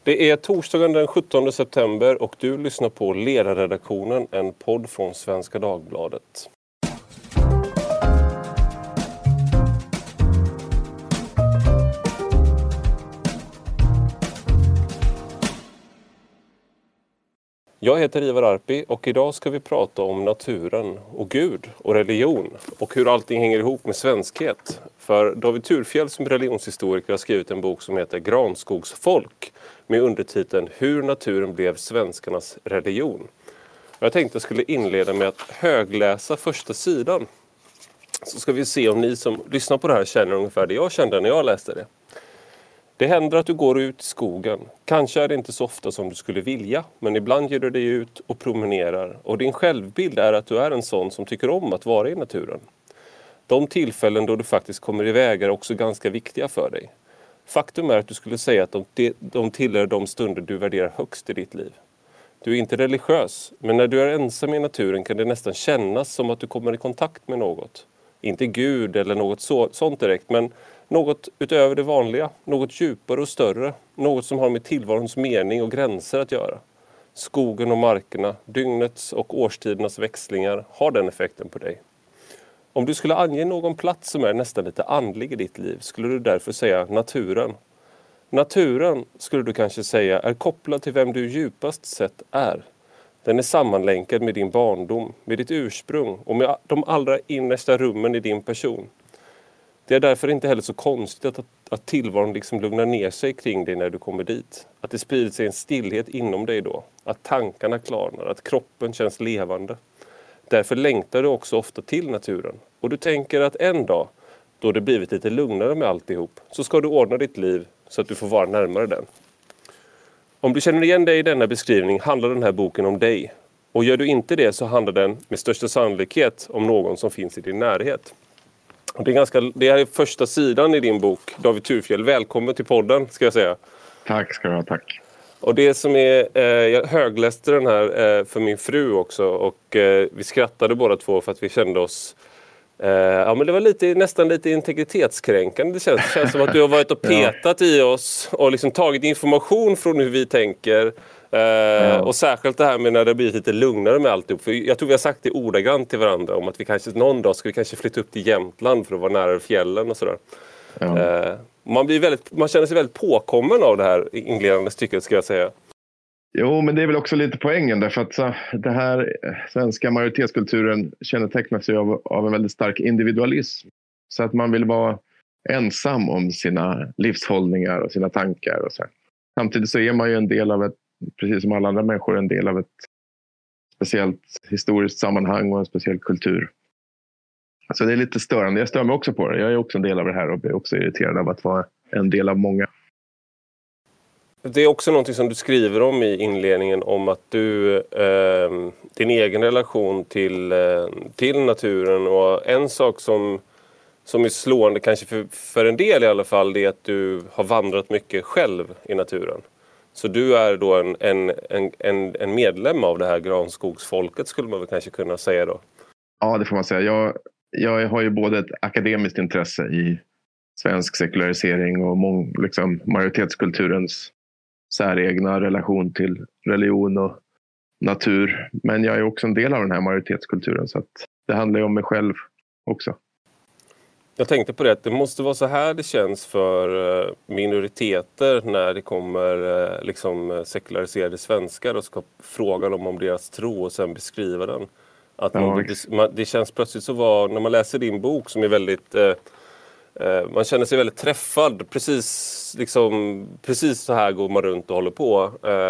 Det är torsdagen den 17 september och du lyssnar på Ledarredaktionen, en podd från Svenska Dagbladet. Jag heter Ivar Arpi och idag ska vi prata om naturen och Gud och religion och hur allting hänger ihop med svenskhet. För David Thurfjell som religionshistoriker har skrivit en bok som heter Granskogsfolk med undertiteln Hur naturen blev svenskarnas religion. Jag tänkte att jag skulle inleda med att högläsa första sidan. Så ska vi se om ni som lyssnar på det här känner ungefär det jag kände när jag läste det. Det händer att du går ut i skogen. Kanske är det inte så ofta som du skulle vilja, men ibland ger du dig ut och promenerar. Och din självbild är att du är en sån som tycker om att vara i naturen. De tillfällen då du faktiskt kommer iväg är också ganska viktiga för dig. Faktum är att du skulle säga att de tillhör de stunder du värderar högst i ditt liv. Du är inte religiös, men när du är ensam i naturen kan det nästan kännas som att du kommer i kontakt med något. Inte Gud eller något sånt direkt, men något utöver det vanliga, något djupare och större, något som har med tillvarons mening och gränser att göra. Skogen och markerna, dygnets och årstidernas växlingar har den effekten på dig. Om du skulle ange någon plats som är nästan lite andlig i ditt liv skulle du därför säga naturen. Naturen, skulle du kanske säga, är kopplad till vem du djupast sett är. Den är sammanlänkad med din barndom, med ditt ursprung och med de allra innersta rummen i din person. Det är därför inte heller så konstigt att tillvaron liksom lugnar ner sig kring dig när du kommer dit. Att det sprider sig en stillhet inom dig då. Att tankarna klarnar, att kroppen känns levande. Därför längtar du också ofta till naturen. Och du tänker att en dag, då det blivit lite lugnare med alltihop, så ska du ordna ditt liv så att du får vara närmare den. Om du känner igen dig i denna beskrivning handlar den här boken om dig. Och gör du inte det så handlar den med största sannolikhet om någon som finns i din närhet. Det är första sidan i din bok, David Thurfjell. Välkommen till podden, ska jag säga. Tack ska du ha, tack. Och det som är, jag högläste den här för min fru också och vi skrattade båda två för att vi kände oss, men det var nästan lite integritetskränkande. Det känns som att du har varit och petat i oss och liksom tagit information från hur vi tänker. Och särskilt det här med när det blir lite lugnare med alltihop. För jag tror vi har sagt det ordagrant till varandra om att vi kanske någon dag ska vi kanske flytta upp till Jämtland för att vara nära fjällen och sådär. Man känner sig väldigt påkommen av det här inledande stycket, ska jag säga. Jo, men det är väl också lite poängen därför att det här svenska majoritetskulturen kännetecknas ju av en väldigt stark individualism. Så att man vill vara ensam om sina livshållningar och sina tankar och så här. Samtidigt så är man ju en del av precis som alla andra människor, en del av ett speciellt historiskt sammanhang och en speciell kultur. Så det är lite störande. Jag stör mig också på det. Jag är också en del av det här och blir också irriterad av att vara en del av många. Det är också någonting som du skriver om i inledningen om att du, din egen relation till naturen och en sak som är slående kanske för en del i alla fall, det är att du har vandrat mycket själv i naturen. Så du är då en medlem av det här granskogsfolket, skulle man väl kanske kunna säga då? Ja, det får man säga. Jag har ju både ett akademiskt intresse i svensk sekularisering och majoritetskulturens säregna relation till religion och natur. Men jag är också en del av den här majoritetskulturen, så att det handlar ju om mig själv också. Jag tänkte på det, att det måste vara så här det känns för minoriteter när det kommer sekulariserade svenskar och ska fråga dem om deras tro och sen beskriva den. Att det känns plötsligt så när man läser din bok som är väldigt, man känner sig väldigt träffad, precis så här går man runt och håller på.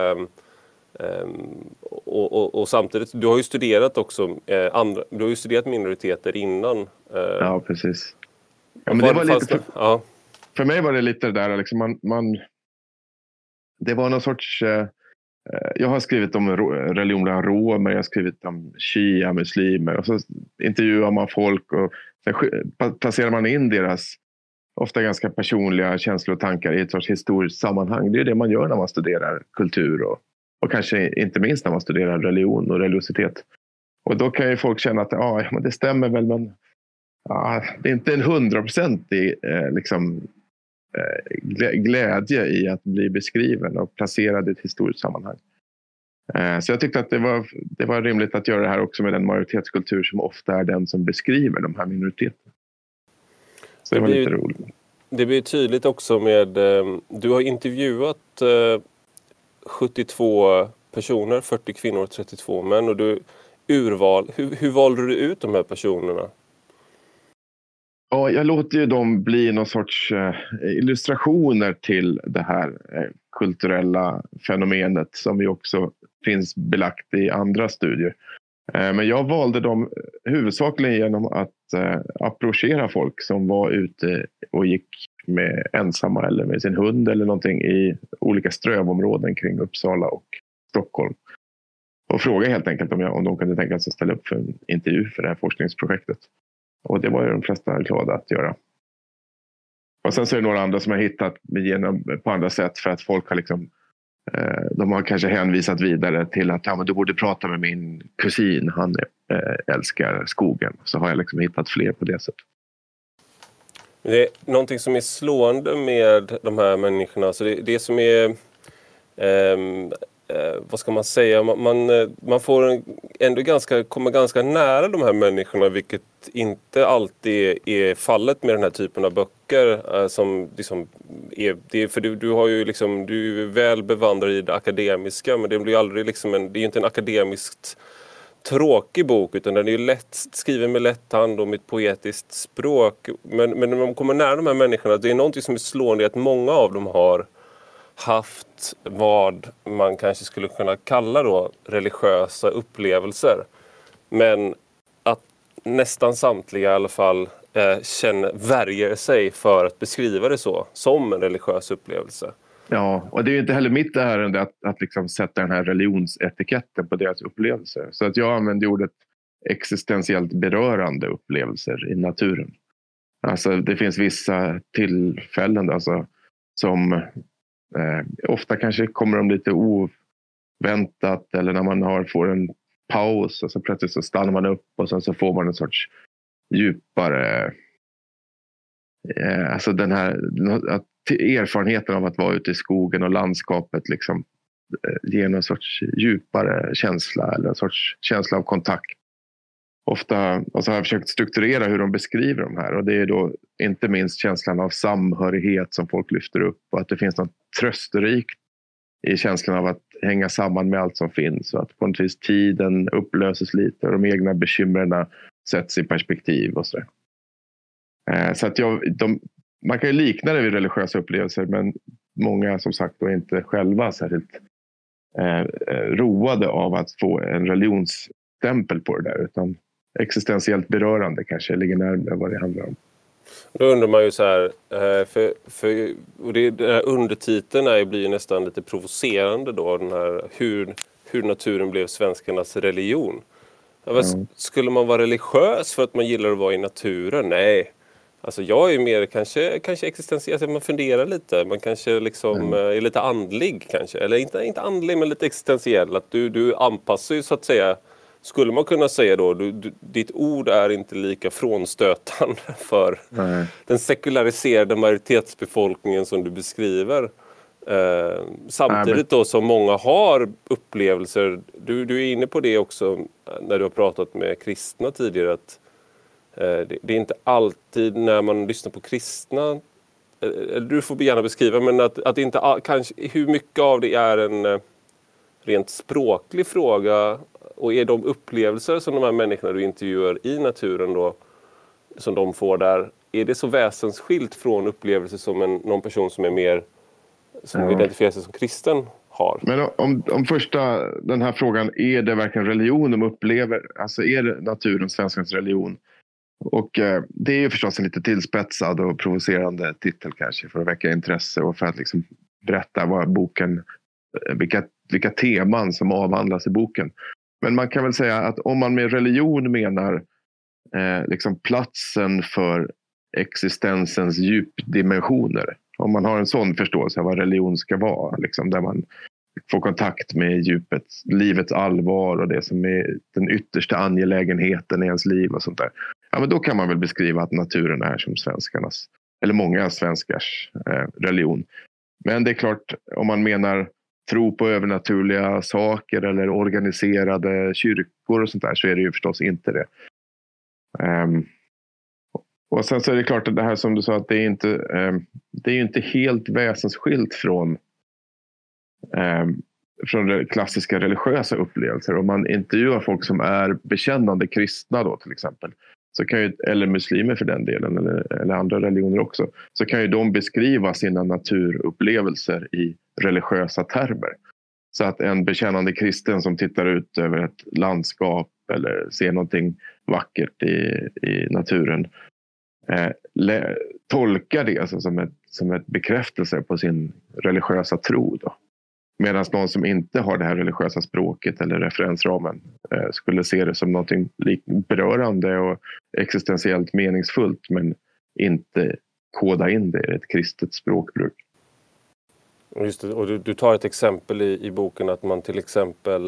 Och samtidigt, du har ju studerat också du har ju studerat minoriteter innan. Ja, precis. Ja, men det var lite för mig var det lite det där liksom det var någon sorts jag har skrivit om religion bland romer, jag har skrivit om shia-muslimer och så intervjuar man folk och sen placerar man in deras ofta ganska personliga känslor och tankar i ett sorts historiskt sammanhang. Det är det man gör när man studerar kultur och kanske inte minst när man studerar religion och religiositet. Och då kan ju folk känna att men det stämmer väl, men det är inte en 100% glädje i att bli beskriven och placerad i ett historiskt sammanhang. Så jag tyckte att det var rimligt att göra det här också med den majoritetskultur som ofta är den som beskriver de här minoriteterna. Så det var lite roligt. Det blir tydligt också med, du har intervjuat 72 personer, 40 kvinnor, 32 män, och hur valde du ut de här personerna? Ja, jag låter ju dem bli någon sorts illustrationer till det här kulturella fenomenet som ju också finns belagt i andra studier. Men jag valde dem huvudsakligen genom att approchera folk som var ute och gick med ensamma eller med sin hund eller någonting i olika strövområden kring Uppsala och Stockholm. Och fråga helt enkelt om de kunde tänka sig att ställa upp för en intervju för det här forskningsprojektet. Och det var ju de flesta glada att göra. Och sen så är det några andra som har hittat på andra sätt för att folk har liksom de har kanske hänvisat vidare till att men du borde prata med min kusin, han älskar skogen. Så har jag liksom hittat fler på det sättet. Det är någonting som är slående med de här människorna. Så det som är vad ska man säga, man får kommer ganska nära de här människorna, vilket inte alltid är fallet med den här typen av böcker som liksom för du har ju liksom, du är väl bevandrad i det akademiska, men det blir aldrig liksom det är ju inte en akademiskt tråkig bok, utan den är ju skriven med lätt hand och med ett poetiskt språk, men när man kommer nära de här människorna, det är någonting som är slående i att många av dem har haft vad man kanske skulle kunna kalla då religiösa upplevelser. Men att nästan samtliga i alla fall värjer sig för att beskriva det så, som en religiös upplevelse. Ja, och det är ju inte heller mitt ärende att liksom sätta den här religionsetiketten på deras upplevelser. Så att jag använde ordet existentiellt berörande upplevelser i naturen. Alltså det finns vissa tillfällen alltså, som ofta kanske kommer de lite oväntat, eller när man får en paus och så plötsligt så stannar man upp och sen så får man en sorts djupare alltså den här erfarenheten av att vara ute i skogen och landskapet liksom ger en sorts djupare känsla eller en sorts känsla av kontakt. Ofta, och så har jag försökt strukturera hur de beskriver de här, och det är då inte minst känslan av samhörighet som folk lyfter upp, och att det finns något trösterikt i känslan av att hänga samman med allt som finns, och att på något vis tiden upplöses lite och de egna bekymren sätts i perspektiv och sådär. Så att man kan ju likna det vid religiösa upplevelser, men många som sagt då inte själva särskilt roade av att få en religionsstämpel på det där, utan existentiellt berörande kanske ligger närmare vad det handlar om. Då undrar man ju så här, och den här undertiteln blir ju nästan lite provocerande då, den här hur naturen blev svenskarnas religion. Skulle man vara religiös för att man gillar att vara i naturen? Nej. Alltså jag är mer kanske existentiell, alltså man funderar lite, man kanske liksom är lite andlig kanske, eller inte andlig men lite existentiell, att du anpassar ju så att säga. Skulle man kunna säga då, ditt ord är inte lika frånstötande för den sekulariserade majoritetsbefolkningen som du beskriver. Samtidigt då som många har upplevelser, du är inne på det också när du har pratat med kristna tidigare, att det är inte alltid när man lyssnar på kristna, du får gärna beskriva, men att inte kanske hur mycket av det är en rent språklig fråga. Och är de upplevelser som de här människorna du intervjuar i naturen då, som de får där, är det så väsensskilt från upplevelser som någon person som är mer som identifierar sig som kristen har? Men om första den här frågan, är det verkligen religion de upplever? Alltså är det naturen svenskans religion? Och det är ju förstås en lite tillspetsad och provocerande titel kanske för att väcka intresse och för att liksom berätta vad boken, vilka teman som avhandlas i boken. Men man kan väl säga att om man med religion menar liksom platsen för existensens djupdimensioner. Om man har en sån förståelse av vad religion ska vara. Liksom, där man får kontakt med djupet, livets allvar och det som är den yttersta angelägenheten i ens liv och sånt där. Ja, men då kan man väl beskriva att naturen är som svenskarnas eller många svenskars religion. Men det är klart, om man menar tro på övernaturliga saker eller organiserade kyrkor och sånt där, så är det ju förstås inte det. Och sen så är det klart att det här som du sa, att det är ju inte helt väsensskilt från klassiska religiösa upplevelser. Om man intervjuar folk som är bekännande kristna då till exempel, så kan ju, eller muslimer för den delen, eller andra religioner också, så kan ju de beskriva sina naturupplevelser i religiösa termer. Så att en bekännande kristen som tittar ut över ett landskap eller ser någonting vackert i naturen tolkar det alltså som ett bekräftelse på sin religiösa tro då. Medan någon som inte har det här religiösa språket eller referensramen skulle se det som någonting berörande och existentiellt meningsfullt, men inte koda in det i ett kristet språkbruk. Just det, och du tar ett exempel i boken att man till exempel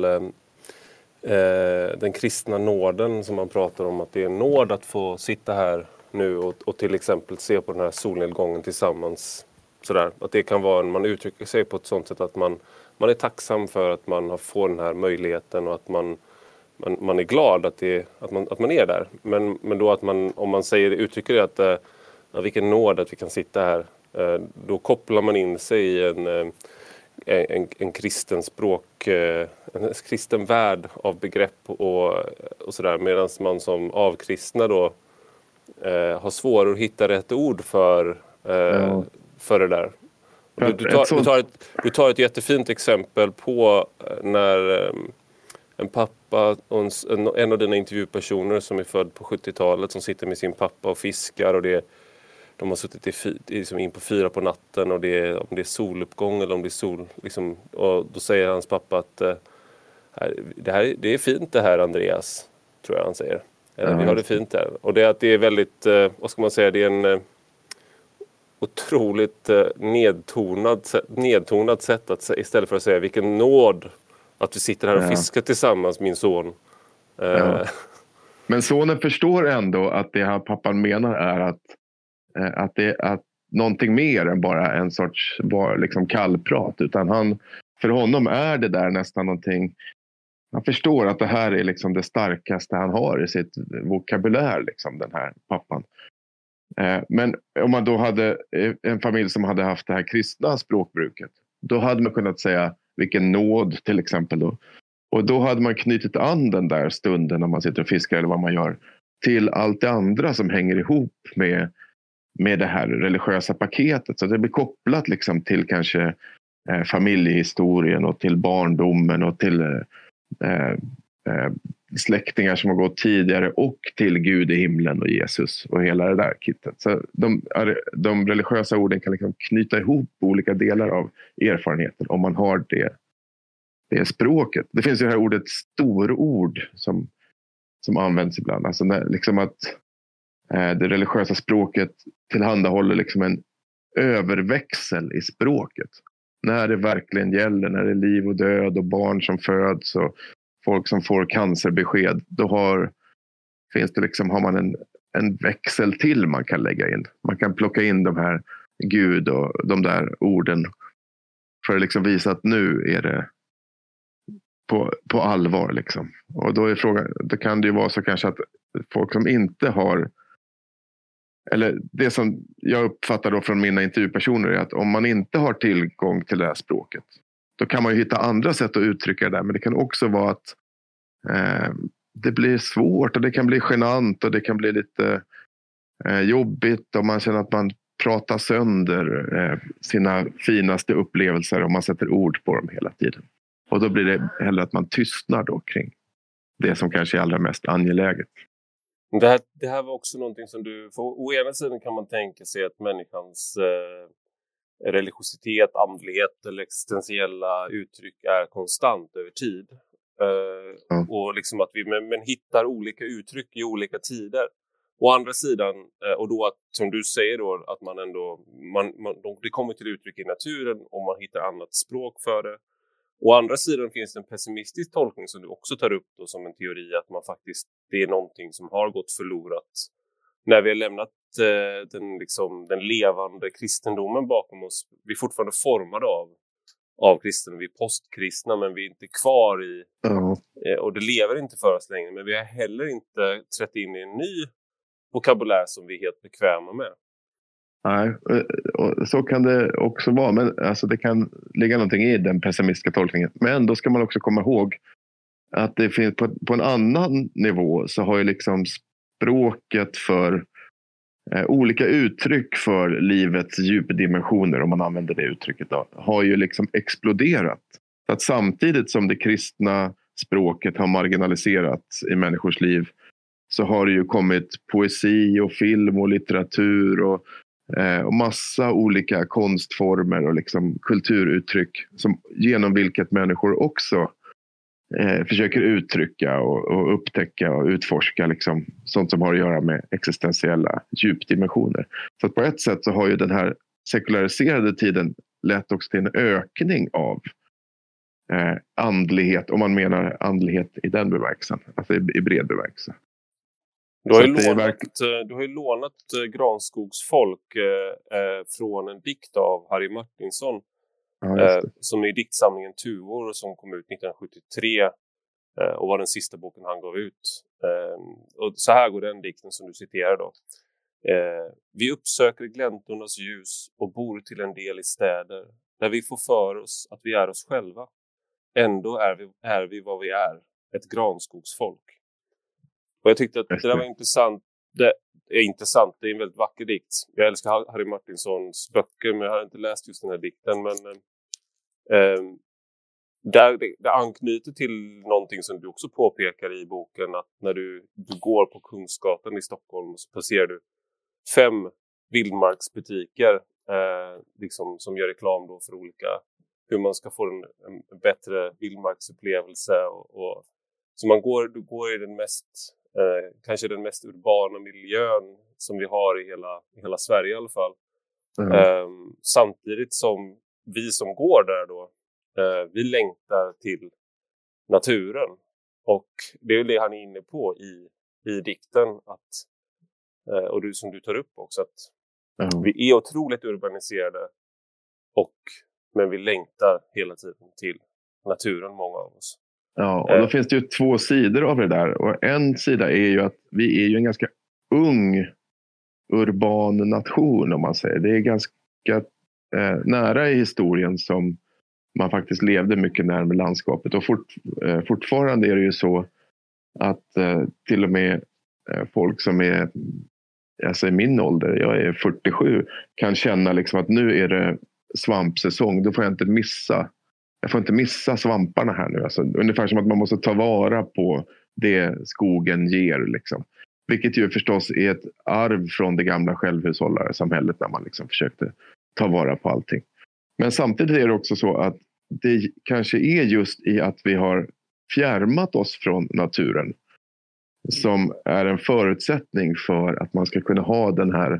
den kristna nåden som man pratar om, att det är en nåd att få sitta här nu och till exempel se på den här solnedgången tillsammans. Sådär. Att det kan vara, man uttrycker sig på ett sånt sätt att man är tacksam för att man har fått den här möjligheten och att man är glad att man är där. Men då att man, om man uttrycker det att vilken nåd att vi kan sitta här, då kopplar man in sig i en kristen språk, en kristen värld av begrepp och sådär, medan man som avkristna då har svårare att hitta rätt ord för det där. Du tar ett jättefint exempel på när en pappa och en av dina intervjupersoner som är född på 70-talet som sitter med sin pappa och fiskar, och de har suttit in på 4 på natten, och om det är soluppgång eller om det är sol liksom, och då säger hans pappa att det är fint det här, Andreas, tror jag han säger. Vi har det fint här. Och det är att det är väldigt, vad ska man säga, det är en otroligt nedtonat sätt att säga, istället för att säga vilken nåd att vi sitter här och fiskar tillsammans, min son. Men sonen förstår ändå att det pappan menar är att det är någonting mer än bara en sorts liksom kallprat, utan för honom är det där nästan någonting. Han förstår att det här är liksom det starkaste han har i sitt vokabulär, liksom, den här pappan. Men om man då hade en familj som hade haft det här kristna språkbruket, då hade man kunnat säga vilken nåd till exempel då. Och då hade man knutit an den där stunden när man sitter och fiskar eller vad man gör till allt det andra som hänger ihop med det här religiösa paketet. Så det blir kopplat liksom till kanske familjehistorien och till barndomen och till släktingar som har gått tidigare och till Gud i himlen och Jesus och hela det där kittet. Så de religiösa orden kan liksom knyta ihop olika delar av erfarenheten om man har det språket. Det finns ju det här ordet storord som används ibland. Alltså liksom att det religiösa språket tillhandahåller liksom en överväxel i språket. När det verkligen gäller, när det är liv och död och barn som föds och folk som får cancerbesked, då har man en växel till man kan lägga in. Man kan plocka in de här Gud och de där orden för att liksom visa att nu är det på allvar liksom. Och då är frågan, då kan det ju vara så kanske att folk som inte har, eller det som jag uppfattar då från mina intervjupersoner är att om man inte har tillgång till det här språket, då kan man ju hitta andra sätt att uttrycka det där. Men det kan också vara att det blir svårt och det kan bli genant och det kan bli lite jobbigt och man känner att man pratar sönder sina finaste upplevelser om man sätter ord på dem hela tiden. Och då blir det hellre att man tystnar då kring det som kanske är allra mest angeläget. Det här var också någonting som för å ena sidan kan man tänka sig att människans religiositet, andlighet eller existentiella uttryck är konstant över tid. Och liksom att vi men hittar olika uttryck i olika tider. Å andra sidan, och då att, som du säger då, att man ändå det kommer till uttryck i naturen och man hittar annat språk för det. Å andra sidan finns det en pessimistisk tolkning som du också tar upp då, som en teori att man faktiskt, det är någonting som har gått förlorat när vi har lämnat den levande kristendomen bakom oss, vi är fortfarande formade av kristen. Vi är postkristna, men vi är inte kvar i och det lever inte för oss längre, men vi har heller inte trätt in i en ny vokabulär som vi är helt bekväma med. Nej, och så kan det också vara, men alltså det kan ligga någonting i den pessimistiska tolkningen. Men då ska man också komma ihåg att det finns på en annan nivå, så har ju liksom språket för olika uttryck för livets djupdimensioner, om man använder det uttrycket då, har ju liksom exploderat. Så att samtidigt som det kristna språket har marginaliserats i människors liv, så har det ju kommit poesi och film och litteratur och massa olika konstformer och liksom kulturuttryck genom vilket människor också försöker uttrycka och upptäcka och utforska liksom sånt som har att göra med existentiella djupdimensioner. Så att på ett sätt så har ju den här sekulariserade tiden lett också till en ökning av andlighet, om man menar andlighet i den bemärkelsen, alltså i bred bemärkelse. Du har ju lånat Granskogsfolk från en dikt av Harry Martinson, som är diktsamlingen Tuvor, som kom ut 1973 och var den sista boken han gav ut. Och så här går den dikten som du citerar då. Vi uppsöker gläntornas ljus och bor till en del i städer där vi får för oss att vi är oss själva. Ändå är vi vad vi är, ett granskogsfolk. Och jag tyckte att det där var intressant. Det är intressant, det är en väldigt vacker dikt. Jag älskar Harry Martinsons böcker, men jag har inte läst just den här dikten. Men det anknyter till någonting som du också påpekar i boken, att när du går på Kungsgatan i Stockholm, så passerar du 5 vildmarksbutiker liksom, som gör reklam då för olika, hur man ska få en bättre vildmarksupplevelse. Och så du går i den kanske den mest urbana miljön som vi har i hela Sverige i alla fall. Samtidigt som vi som går där då, vi längtar till naturen. Och det är det han är inne på i dikten, och som du tar upp också, att vi är otroligt urbaniserade, men vi längtar hela tiden till naturen, många av oss. Ja, och då finns det ju 2 sidor av det där. Och en sida är ju att vi är ju en ganska ung urban nation, om man säger. Det är ganska nära i historien som man faktiskt levde mycket närmare landskapet. Och fortfarande är det ju så att till och med folk som är, alltså i min ålder, jag är 47, kan känna liksom att nu är det svampsäsong. Då får jag inte missa svamparna här nu. Alltså, ungefär som att man måste ta vara på det skogen ger. Liksom. Vilket ju förstås är ett arv från det gamla självhushållarsamhället, när man liksom försökte ta vara på allting. Men samtidigt är det också så att det kanske är just i att vi har fjärmat oss från naturen som är en förutsättning för att man ska kunna ha den här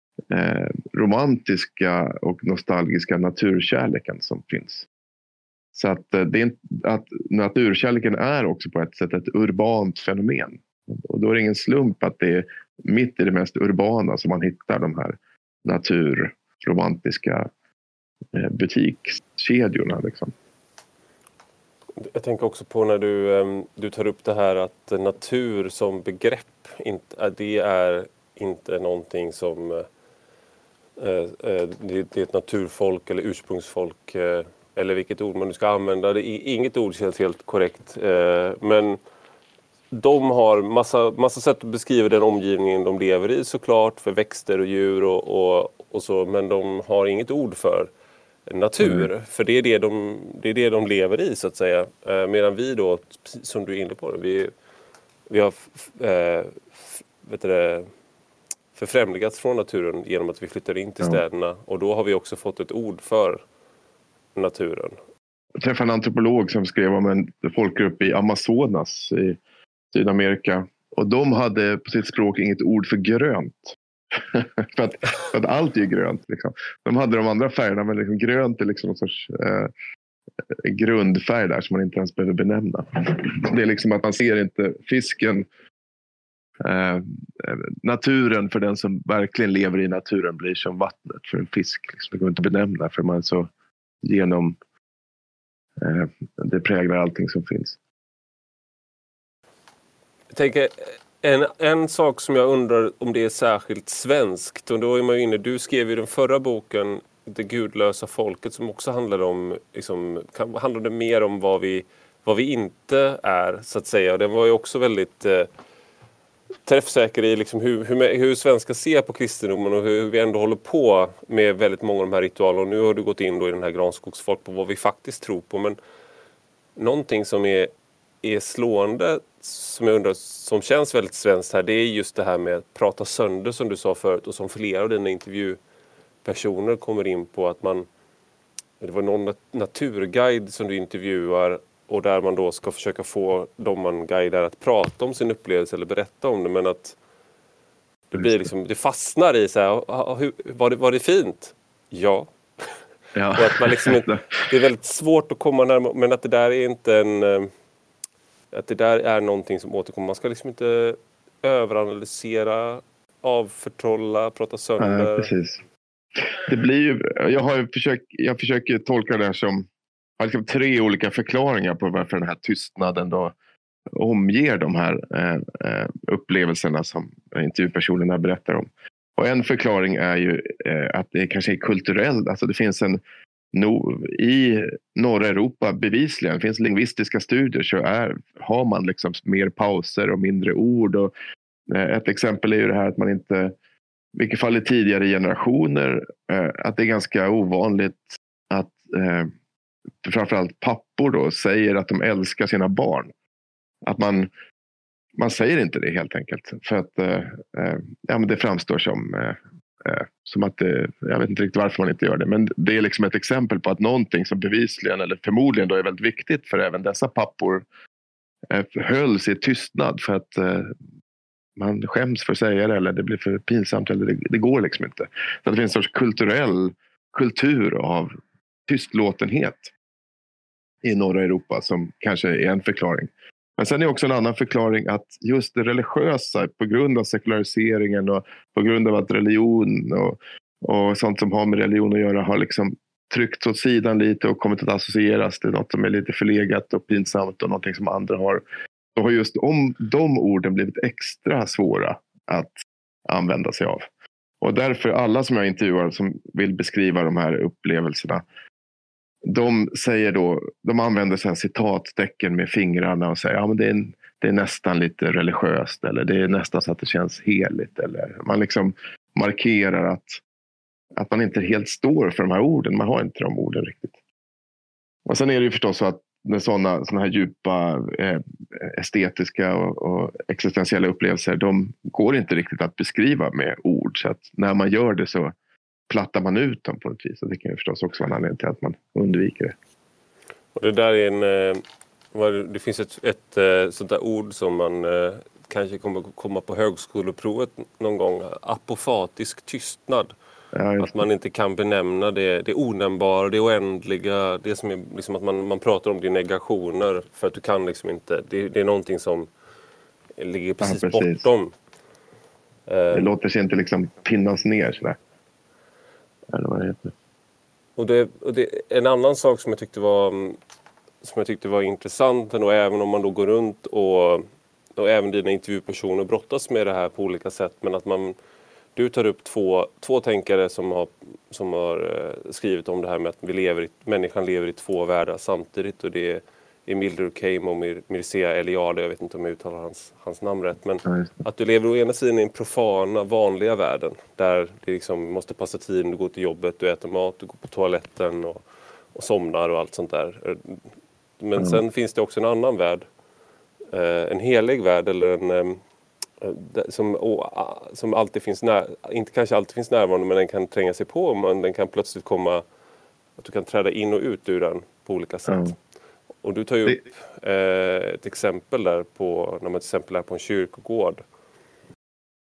romantiska och nostalgiska naturkärleken som finns. Så att naturkärleken är också på ett sätt ett urbant fenomen. Och då är det ingen slump att det är mitt i det mest urbana som man hittar de här naturromantiska butikskedjorna. Liksom. Jag tänker också på när du tar upp det här att natur som begrepp, det är inte någonting som det är ett naturfolk eller ursprungsfolk, eller vilket ord man nu ska använda. Det är inget ord känns helt korrekt. Men de har massa sätt att beskriva den omgivningen de lever i, såklart, för växter och djur och så. Men de har inget ord för natur. För det är det de lever i, så att säga. Medan vi då, som du är inne på, vi har förfrämligats från naturen genom att vi flyttar in till städerna. Och då har vi också fått ett ord för naturen. Jag träffade en antropolog som skrev om en folkgrupp i Amazonas i Sydamerika. Och de hade på sitt språk inget ord för grönt. för att allt är grönt. Liksom. De hade de andra färgerna, men liksom grönt är liksom någon sorts grundfärg där som man inte ens behöver benämna. Det är liksom att man ser inte fisken naturen för den som verkligen lever i naturen blir som vattnet för en fisk. Liksom. Det går inte att benämna för man så genom det präglar allting som finns. Jag tänker, en sak som jag undrar om det är särskilt svenskt, och då är man ju inne, du skrev ju den förra boken Det gudlösa folket som också handlade mer om vad vi inte är, så att säga. Den var ju också väldigt träffsäker i liksom hur svenskar ser på kristendomen och hur vi ändå håller på med väldigt många av de här ritualerna. Och nu har du gått in då i den här granskogsfolk på vad vi faktiskt tror på. Men någonting som är slående, som jag undrar, som känns väldigt svenskt här, det är just det här med att prata sönder, som du sa förut, och som flera av dina intervjupersoner kommer in på, att det var någon naturguide som du intervjuar, och där man då ska försöka få dem man guidar att prata om sin upplevelse eller berätta om det, men att det blir liksom, det fastnar i så här, var det fint? Ja. Och att man liksom inte, det är väldigt svårt att komma närmare, men att det där är inte att det där är någonting som återkommer. Man ska liksom inte överanalysera, avförtrolla, prata sönder. Ja, precis. Det blir ju, jag försöker tolka det här som liksom 3 olika förklaringar på varför den här tystnaden då omger de här upplevelserna som intervjupersonerna berättar om. Och en förklaring är ju att det kanske är kulturellt. Alltså det finns i norra Europa bevisligen, det finns lingvistiska studier, så har man liksom mer pauser och mindre ord. Och ett exempel är ju det här att man inte, i vilket fall i tidigare generationer, att det är ganska ovanligt att framförallt pappor då säger att de älskar sina barn. Att man säger inte det helt enkelt. För att men det framstår som att jag vet inte riktigt varför man inte gör det. Men det är liksom ett exempel på att någonting som bevisligen eller förmodligen då är väldigt viktigt för även dessa pappor höll sig tystnad för att man skäms för att säga det, eller det blir för pinsamt, eller det går liksom inte. Så det finns en sorts kultur av tystlåtenhet i norra Europa som kanske är en förklaring. Men sen är också en annan förklaring att just det religiösa, på grund av sekulariseringen och på grund av att religion och sånt som har med religion att göra har liksom tryckts åt sidan lite och kommit att associeras till något som är lite förlegat och pinsamt och någonting som andra har. Då har just de orden blivit extra svåra att använda sig av. Och därför alla som jag intervjuar som vill beskriva de här upplevelserna, de använder så här citattecken med fingrarna och säger men det är nästan lite religiöst, eller det är nästan så att det känns heligt, eller man liksom markerar att man inte helt står för de här orden, man har inte de orden riktigt. Och sen är det ju förstås så att med såna här djupa estetiska och existentiella upplevelser, de går inte riktigt att beskriva med ord, så att när man gör det så plattar man ut dem på något vis. Och det kan ju förstås också vara en anledning till att man undviker det. Och det där är det finns ett sånt där ord som man kanske kommer komma på högskoleprovet någon gång. Apofatisk tystnad. Ja, att man inte kan benämna det onämnbara, det oändliga, det som är liksom att man pratar om det negationer för att du kan liksom inte. Det är någonting som ligger precis bortom. Det låter sig inte liksom pinnas ner sådär. Eller vad det heter. Och det en annan sak som jag tyckte var intressant, och även om man då går runt och även dina intervjupersoner brottas med det här på olika sätt, men att du tar upp två tänkare som har skrivit om det här med att människan lever i 2 världar samtidigt, och det är Emile Durkheim och Mircea Eliade, jag vet inte om jag uttalar hans namn rätt, men att du lever å ena sidan i den profana, vanliga världen där det liksom måste passa tiden, du går till jobbet, du äter mat, du går på toaletten och somnar och allt sånt där. Men sen finns det också en annan värld, en helig värld, eller som alltid finns inte kanske alltid finns närvarande, men den kan tränga sig på, men den kan plötsligt komma, att du kan träda in och ut ur den på olika sätt. Och du tar ju upp ett exempel där när man till exempel är på en kyrkogård.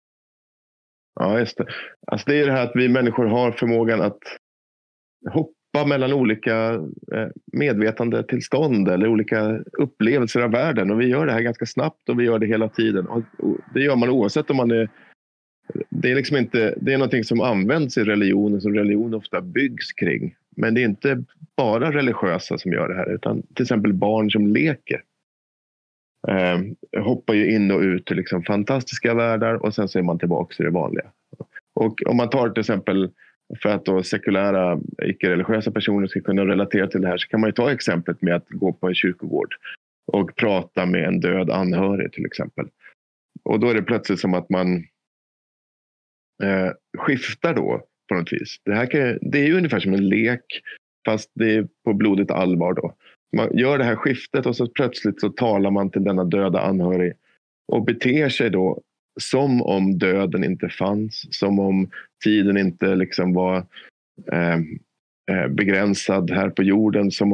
Ja, just det. Alltså det är det här att vi människor har förmågan att hoppa hoppa mellan olika medvetandetillstånd eller olika upplevelser av världen. Och vi gör det här ganska snabbt och vi gör det hela tiden. Och det gör man oavsett om man är... Det är liksom inte... Det är någonting som används i religionen, som religion ofta byggs kring. Men det är inte bara religiösa som gör det här, utan till exempel barn som leker. Hoppar ju in och ut till liksom fantastiska världar och sen så är man tillbaka till det vanliga. Och om man tar till exempel, för att då sekulära icke-religiösa personer ska kunna relatera till det här, så kan man ju ta exemplet med att gå på en kyrkogård och prata med en död anhörig till exempel. Och då är det plötsligt som att man skiftar då på något vis. Det är ju ungefär som en lek, fast det är på blodigt allvar då. Man gör det här skiftet och så plötsligt så talar man till denna döda anhörig och beter sig då som om döden inte fanns, som om tiden inte liksom var begränsad här på jorden, som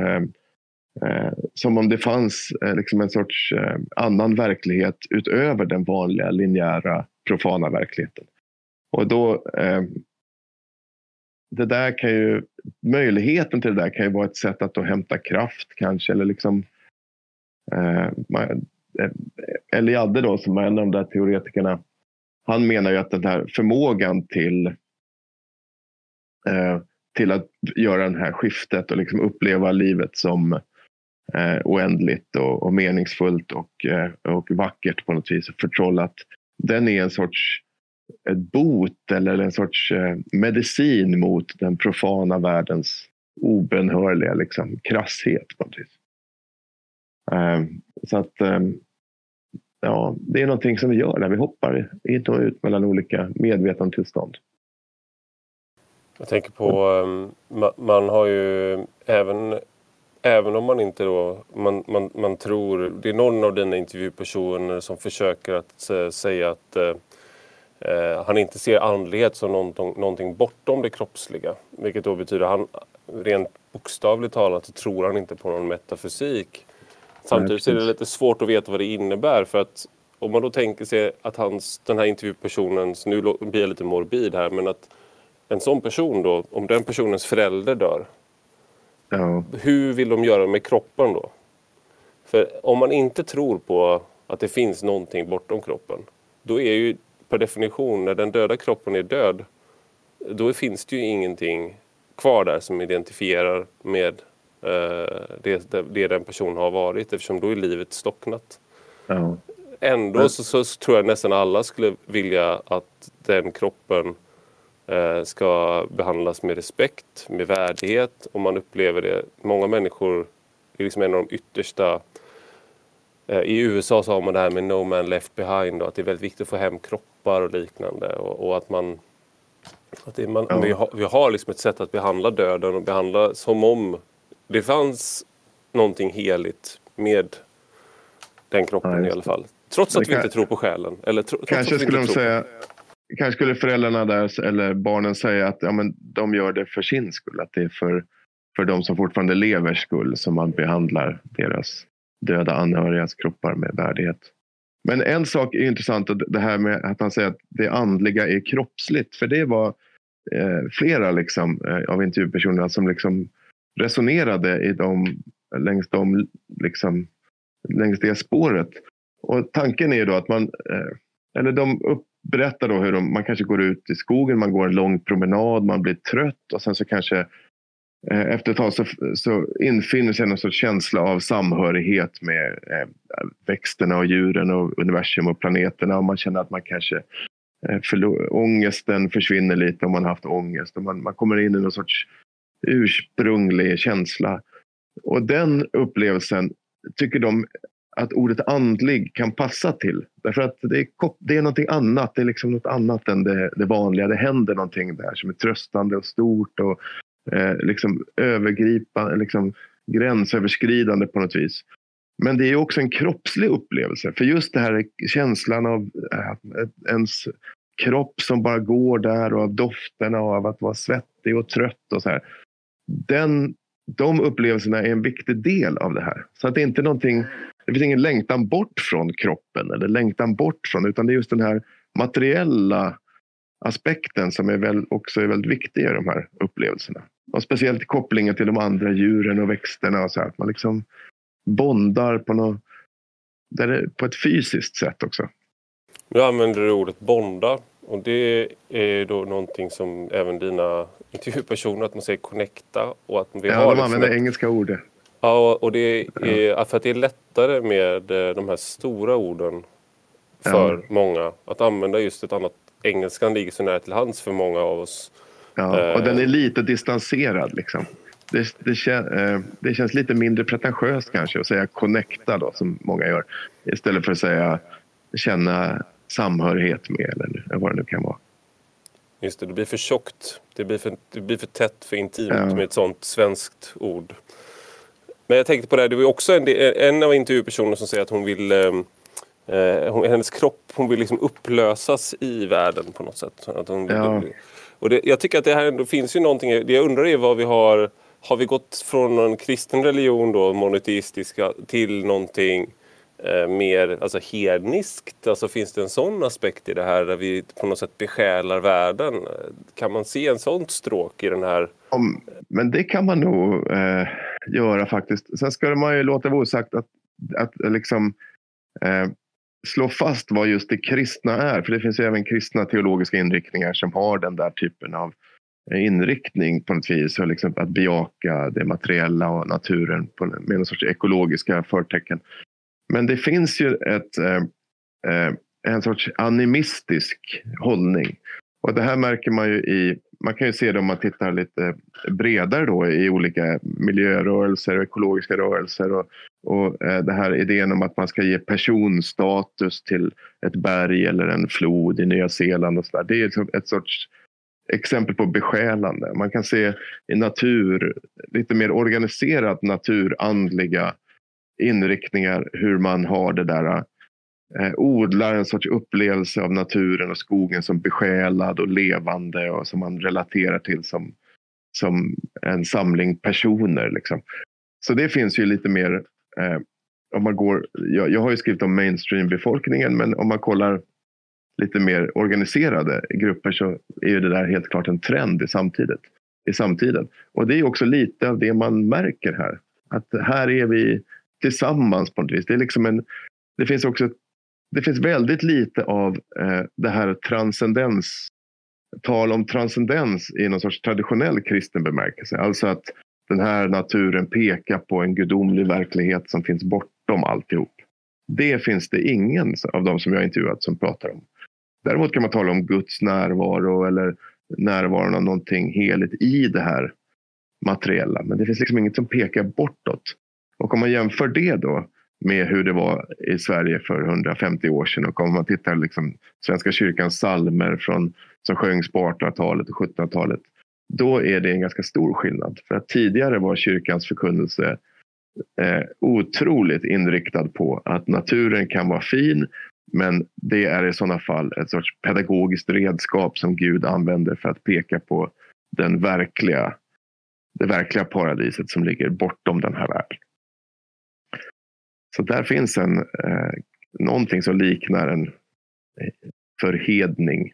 om det fanns liksom en sorts annan verklighet utöver den vanliga linjära profana verkligheten. Och då det där kan ju, möjligheten till det där kan ju vara ett sätt att då hämta kraft kanske, eller liksom Eliade då, som är en av de där teoretikerna, han menar ju att den här förmågan till att göra den här skiftet och liksom uppleva livet som oändligt och meningsfullt och vackert på något vis, förtrollat, den är en sorts ett bot eller en sorts medicin mot den profana världens obenhörliga liksom krasshet på något vis. Så att ja, det är någonting som vi gör när vi hoppar in och ut mellan olika medvetandetillstånd. Jag tänker på man har ju även om man inte då man tror, det är någon av dina intervjupersoner som försöker att säga att han inte ser andlighet som någonting bortom det kroppsliga. Vilket då betyder han rent bokstavligt talat så tror han inte på någon metafysik. Samtidigt är det lite svårt att veta vad det innebär. För att om man då tänker sig att den här intervjupersonen, så nu blir jag lite morbid här, men att en sån person då, om den personens förälder dör, hur vill de göra med kroppen då? För om man inte tror på att det finns någonting bortom kroppen, då är ju per definition, när den döda kroppen är död, då finns det ju ingenting kvar där som identifierar med det den personen har varit, eftersom då är livet stocknat. Ändå så tror jag nästan alla skulle vilja att den kroppen ska behandlas med respekt, med värdighet, om man upplever det. Många människor är liksom en av de yttersta. I USA så har man det här med no man left behind, och att det är väldigt viktigt att få hem kroppar och liknande, och att vi har liksom ett sätt att behandla döden och behandla som om det fanns någonting heligt med den kroppen i alla fall. Trots att vi inte tror på själen. Eller kanske skulle de säga, kanske skulle föräldrarna där eller barnen säga att de gör det för sin skull. Att det är för de som fortfarande lever skull som man behandlar deras döda anhörigas kroppar med värdighet. Men en sak är intressant, det här med att han säger att det andliga är kroppsligt. För det var flera liksom, av intervjupersonerna som liksom resonerade längs det spåret. Och tanken är ju då att de berättar då hur man kanske går ut i skogen, man går en lång promenad, man blir trött och sen så kanske efter ett tag så infinner sig en sorts känsla av samhörighet med växterna och djuren och universum och planeterna, och man känner att man kanske ångesten försvinner lite om man har haft ångest, och man kommer in i någon sorts ursprunglig känsla. Och den upplevelsen tycker de att ordet andlig kan passa till. Därför att det är någonting annat. Det är liksom något annat än det vanliga. Det händer någonting där som är tröstande och stort och liksom övergripande, liksom gränsöverskridande på något vis. Men det är också en kroppslig upplevelse. För just det här känslan av ens kropp som bara går där, och av dofterna och av att vara svettig och trött och så här. De upplevelserna är en viktig del av det här. Så att det är inte någonting, det finns ingen längtan bort från kroppen eller längtan bort från, utan det är just den här materiella aspekten som också är väldigt viktig i de här upplevelserna. Och speciellt kopplingen till de andra djuren och växterna och så här. Att man liksom bondar på ett fysiskt sätt också. Nu använder du ordet bonda, och det är då någonting som även dina intervjupersoner, att man säger connecta, och att vi har de använder engelska ord. Ja, och det är för att det är lättare med de här stora orden för många att använda just ett annat. Engelskan ligger så nära till hands för många av oss. Ja, och den är lite distanserad liksom. Det känns lite mindre pretentiöst kanske att säga connecta då, som många gör. Istället för att säga känna samhörighet med, eller vad det nu kan vara. Just det blir för tjockt. Det blir för tätt, för intimt med ett sånt svenskt ord. Men jag tänkte på det var också en av intervjupersonerna som säger att hon vill... hennes kropp, hon vill liksom upplösas i världen på något sätt. Och jag tycker att det här ändå finns ju någonting. Det jag undrar är vad vi har vi gått från en kristen religion då, monoteistiska, till någonting mer alltså hedniskt? Alltså finns det en sån aspekt i det här där vi på något sätt besjälar världen? Kan man se en sånt stråk i den här? Men det kan man nog göra faktiskt. Sen ska man ju låta vara osagt att liksom slå fast vad just det kristna är. För det finns ju även kristna teologiska inriktningar som har den där typen av inriktning på något vis. Så liksom att bejaka det materiella och naturen med en sorts ekologiska förtecken. Men det finns ju en sorts animistisk hållning. Och det här märker man ju man kan ju se det om man tittar lite bredare då i olika miljörörelser och ekologiska rörelser och det här idén om att man ska ge personstatus till ett berg eller en flod i Nya Zeeland och sådär. Det är ett sorts exempel på besjälande. Man kan se i lite mer organiserat naturandliga inriktningar hur man har det där odlar en sorts upplevelse av naturen och skogen som besjälad och levande och som man relaterar till som en samling personer liksom. Så det finns ju lite mer om man går, jag har ju skrivit om mainstream-befolkningen, men om man kollar lite mer organiserade grupper så är ju det där helt klart en trend i samtiden. Och det är också lite av det man märker här. Att här är vi tillsammans på något vis. Det är liksom det finns väldigt lite av det här tal om transcendens i någon sorts traditionell kristen bemärkelse. Alltså att den här naturen pekar på en gudomlig verklighet som finns bortom alltihop. Det finns det ingen av de som jag har intervjuat som pratar om. Däremot kan man tala om Guds närvaro eller närvaron av någonting heligt i det här materiella. Men det finns liksom inget som pekar bortåt. Och om man jämför det då med hur det var i Sverige för 150 år sedan, och om man tittar liksom Svenska kyrkans psalmer som sjöngs på 1800-talet och 1700-talet, då är det en ganska stor skillnad. För att tidigare var kyrkans förkunnelse otroligt inriktad på att naturen kan vara fin, men det är i sådana fall ett sorts pedagogiskt redskap som Gud använder för att peka på det verkliga paradiset som ligger bortom den här världen. Så där finns någonting som liknar en förhedning.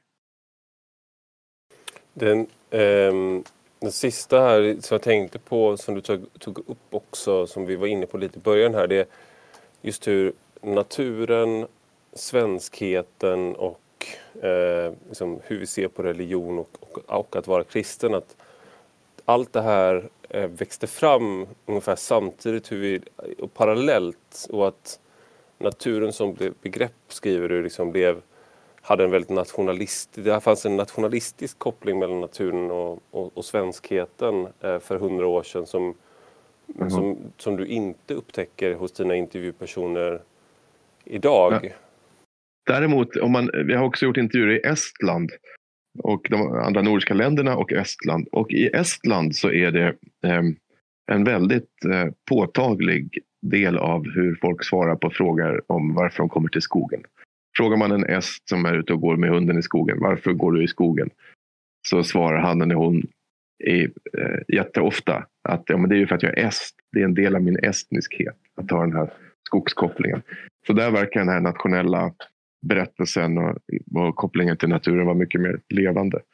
Den sista här som jag tänkte på, som du tog upp också, som vi var inne på lite i början här, det är just hur naturen, svenskheten och liksom hur vi ser på religion och att vara kristen, att allt det här växte fram ungefär samtidigt och parallellt, och att naturen som begrepp, skriver du, liksom hade en väldigt det fanns en nationalistisk koppling mellan naturen och svenskheten för 100 år sedan som du inte upptäcker hos dina intervjupersoner idag. Ja. Däremot, vi har också gjort intervjuer i Estland och de andra nordiska länderna och Estland. Och i Estland så är det en väldigt påtaglig del av hur folk svarar på frågor om varför de kommer till skogen. Frågar man en est som är ute och går med hunden i skogen, varför går du i skogen? Så svarar han eller hon jätteofta att men det är ju för att jag är est. Det är en del av min estniskhet att ha den här skogskopplingen. Så där verkar den här nationella berättelsen och kopplingen till naturen vara mycket mer levande.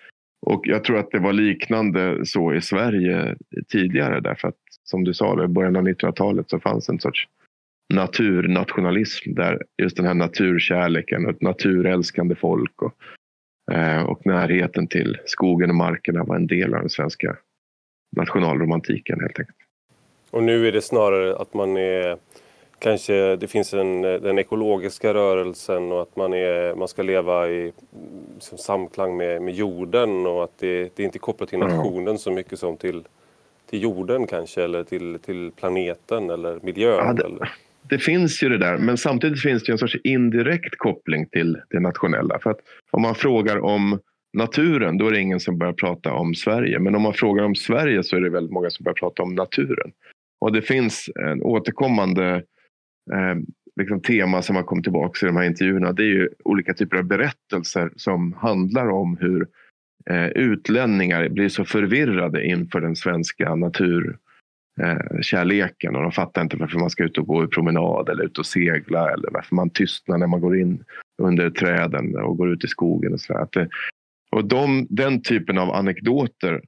Och jag tror att det var liknande så i Sverige tidigare. Därför att som du sa, i början av 1900-talet så fanns en sorts naturnationalism. Där just den här naturkärleken och ett naturälskande folk och närheten till skogen och markerna var en del av den svenska nationalromantiken helt enkelt. Och nu är det snarare att man är, kanske det finns den ekologiska rörelsen och att man ska leva i samklang med jorden och att det är inte kopplat till nationen så mycket som till jorden kanske eller till planeten eller miljön. Ja, det finns ju det där, men samtidigt finns det en sorts indirekt koppling till det nationella. För att om man frågar om naturen, då är det ingen som börjar prata om Sverige. Men om man frågar om Sverige så är det väldigt många som börjar prata om naturen. Och det finns en återkommande tema som har kommit tillbaka i de här intervjuerna. Det är ju olika typer av berättelser som handlar om hur utlänningar blir så förvirrade inför den svenska naturkärleken. Och de fattar inte varför man ska ut och gå i promenad eller ut och segla. Eller varför man tystnar när man går in under träden och går ut i skogen och sådär. Och den typen av anekdoter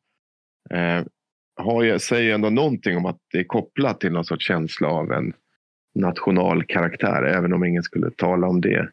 säger ändå någonting om att det är kopplat till någon sorts känsla av en national karaktär, även om ingen skulle tala om det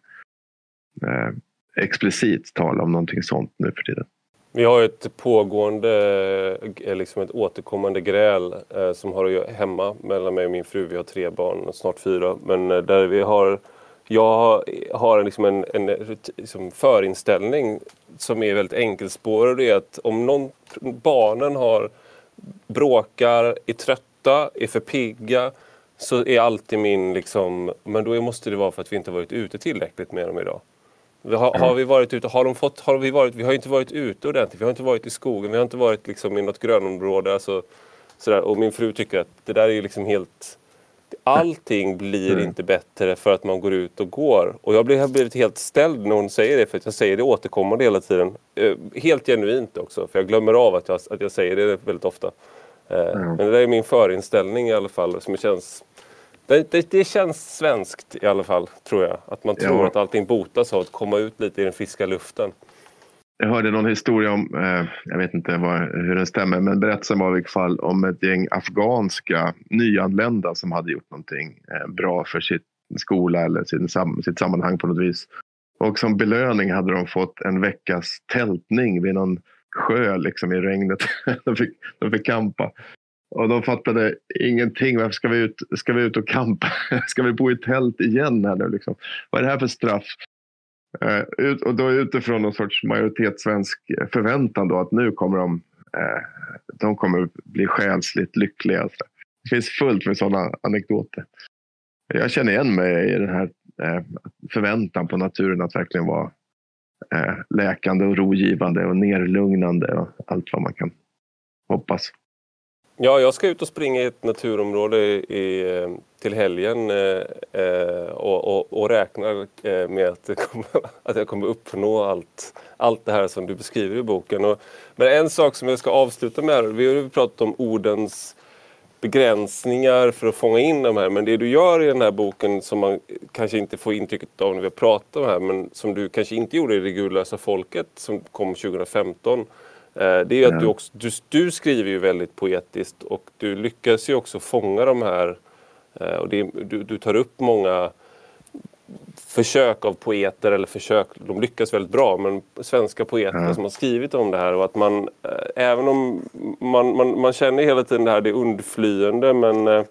explicit, tala om någonting sånt nu för tiden. Vi har ett pågående, liksom ett återkommande gräl som har hemma mellan mig och min fru. Vi har 3 barn, snart 4, men där jag har liksom en liksom förinställning som är väldigt enkelspårig. Det är att om barnen bråkar, är trötta, är för pigga, så är alltid min liksom, men då måste det vara för att vi inte har varit ute tillräckligt med dem idag. Har vi varit ute, vi har inte varit ute ordentligt, vi har inte varit i skogen, vi har inte varit liksom i något grönområde, alltså, sådär. Och min fru tycker att det där är liksom helt, allting blir inte bättre för att man går ut och går. Och jag har blivit helt ställd när hon säger det, för att jag säger det återkommande hela tiden. Helt genuint också, för jag glömmer av att jag säger det väldigt ofta. Men det där är min förinställning i alla fall, som känns... Det känns svenskt i alla fall, tror jag. Att man tror att allting botas av att komma ut lite i den friska luften. Jag hörde någon historia om, jag vet inte hur den stämmer, men berättelsen var i alla fall om ett gäng afghanska nyanlända som hade gjort någonting bra för sin skola eller sitt sammanhang på något vis. Och som belöning hade de fått en veckas tältning vid någon sjö liksom i regnet. de fick kampa. Och de fattade ingenting. Varför ska vi ut och kampa? Ska vi bo i tält igen här nu liksom? Vad är det här för straff? Och då utifrån någon sorts majoritetssvensk förväntan då att nu kommer de kommer bli själsligt lyckliga. Det finns fullt med sådana anekdoter. Jag känner igen mig i den här förväntan på naturen att verkligen vara läkande och rogivande och nerlugnande och allt vad man kan hoppas. Ja, jag ska ut och springa i ett naturområde till helgen och räknar med att jag kommer uppnå allt det här som du beskriver i boken. Men en sak som jag ska avsluta med, vi har ju pratat om ordens begränsningar för att fånga in de här, men det du gör i den här boken som man kanske inte får intrycket av när vi har pratat om det här, men som du kanske inte gjorde i Det gudlösa folket som kom 2015, det är ju att du skriver ju väldigt poetiskt och du lyckas ju också fånga de här och du tar upp många försök av poeter de lyckas väldigt bra, men svenska poeter som har skrivit om det här, och att man även om man känner hela tiden det här, det är undflyende, men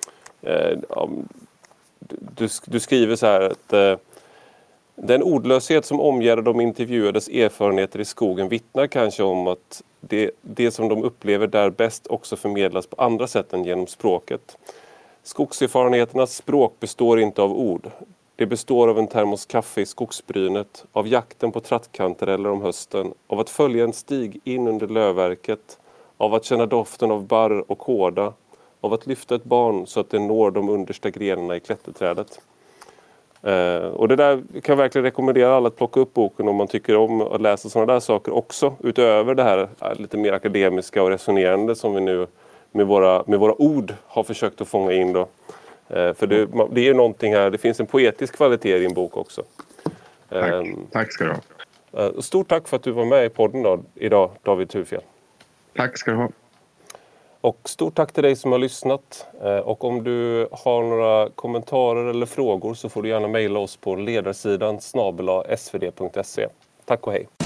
du skriver så här att den ordlöshet som omgärdar de intervjuades erfarenheter i skogen vittnar kanske om att det som de upplever där bäst också förmedlas på andra sätt än genom språket. Skogserfarenheternas språk består inte av ord. Det består av en termos kaffe i skogsbrynet, av jakten på trattkantareller om hösten, av att följa en stig in under lövverket, av att känna doften av barr och kåda, av att lyfta ett barn så att det når de understa grenarna i klätterträdet. Och det där kan jag verkligen rekommendera alla att plocka upp boken om man tycker om att läsa sådana där saker också, utöver det här lite mer akademiska och resonerande som vi nu med våra ord har försökt att fånga in då. För det är ju någonting här, det finns en poetisk kvalitet i din bok också. Tack ska du ha. Stort tack för att du var med i podden idag, David Thurfjell. Tack ska du ha. Och stort tack till dig som har lyssnat. Och om du har några kommentarer eller frågor så får du gärna mejla oss på ledarsidan @svd.se. Tack och hej.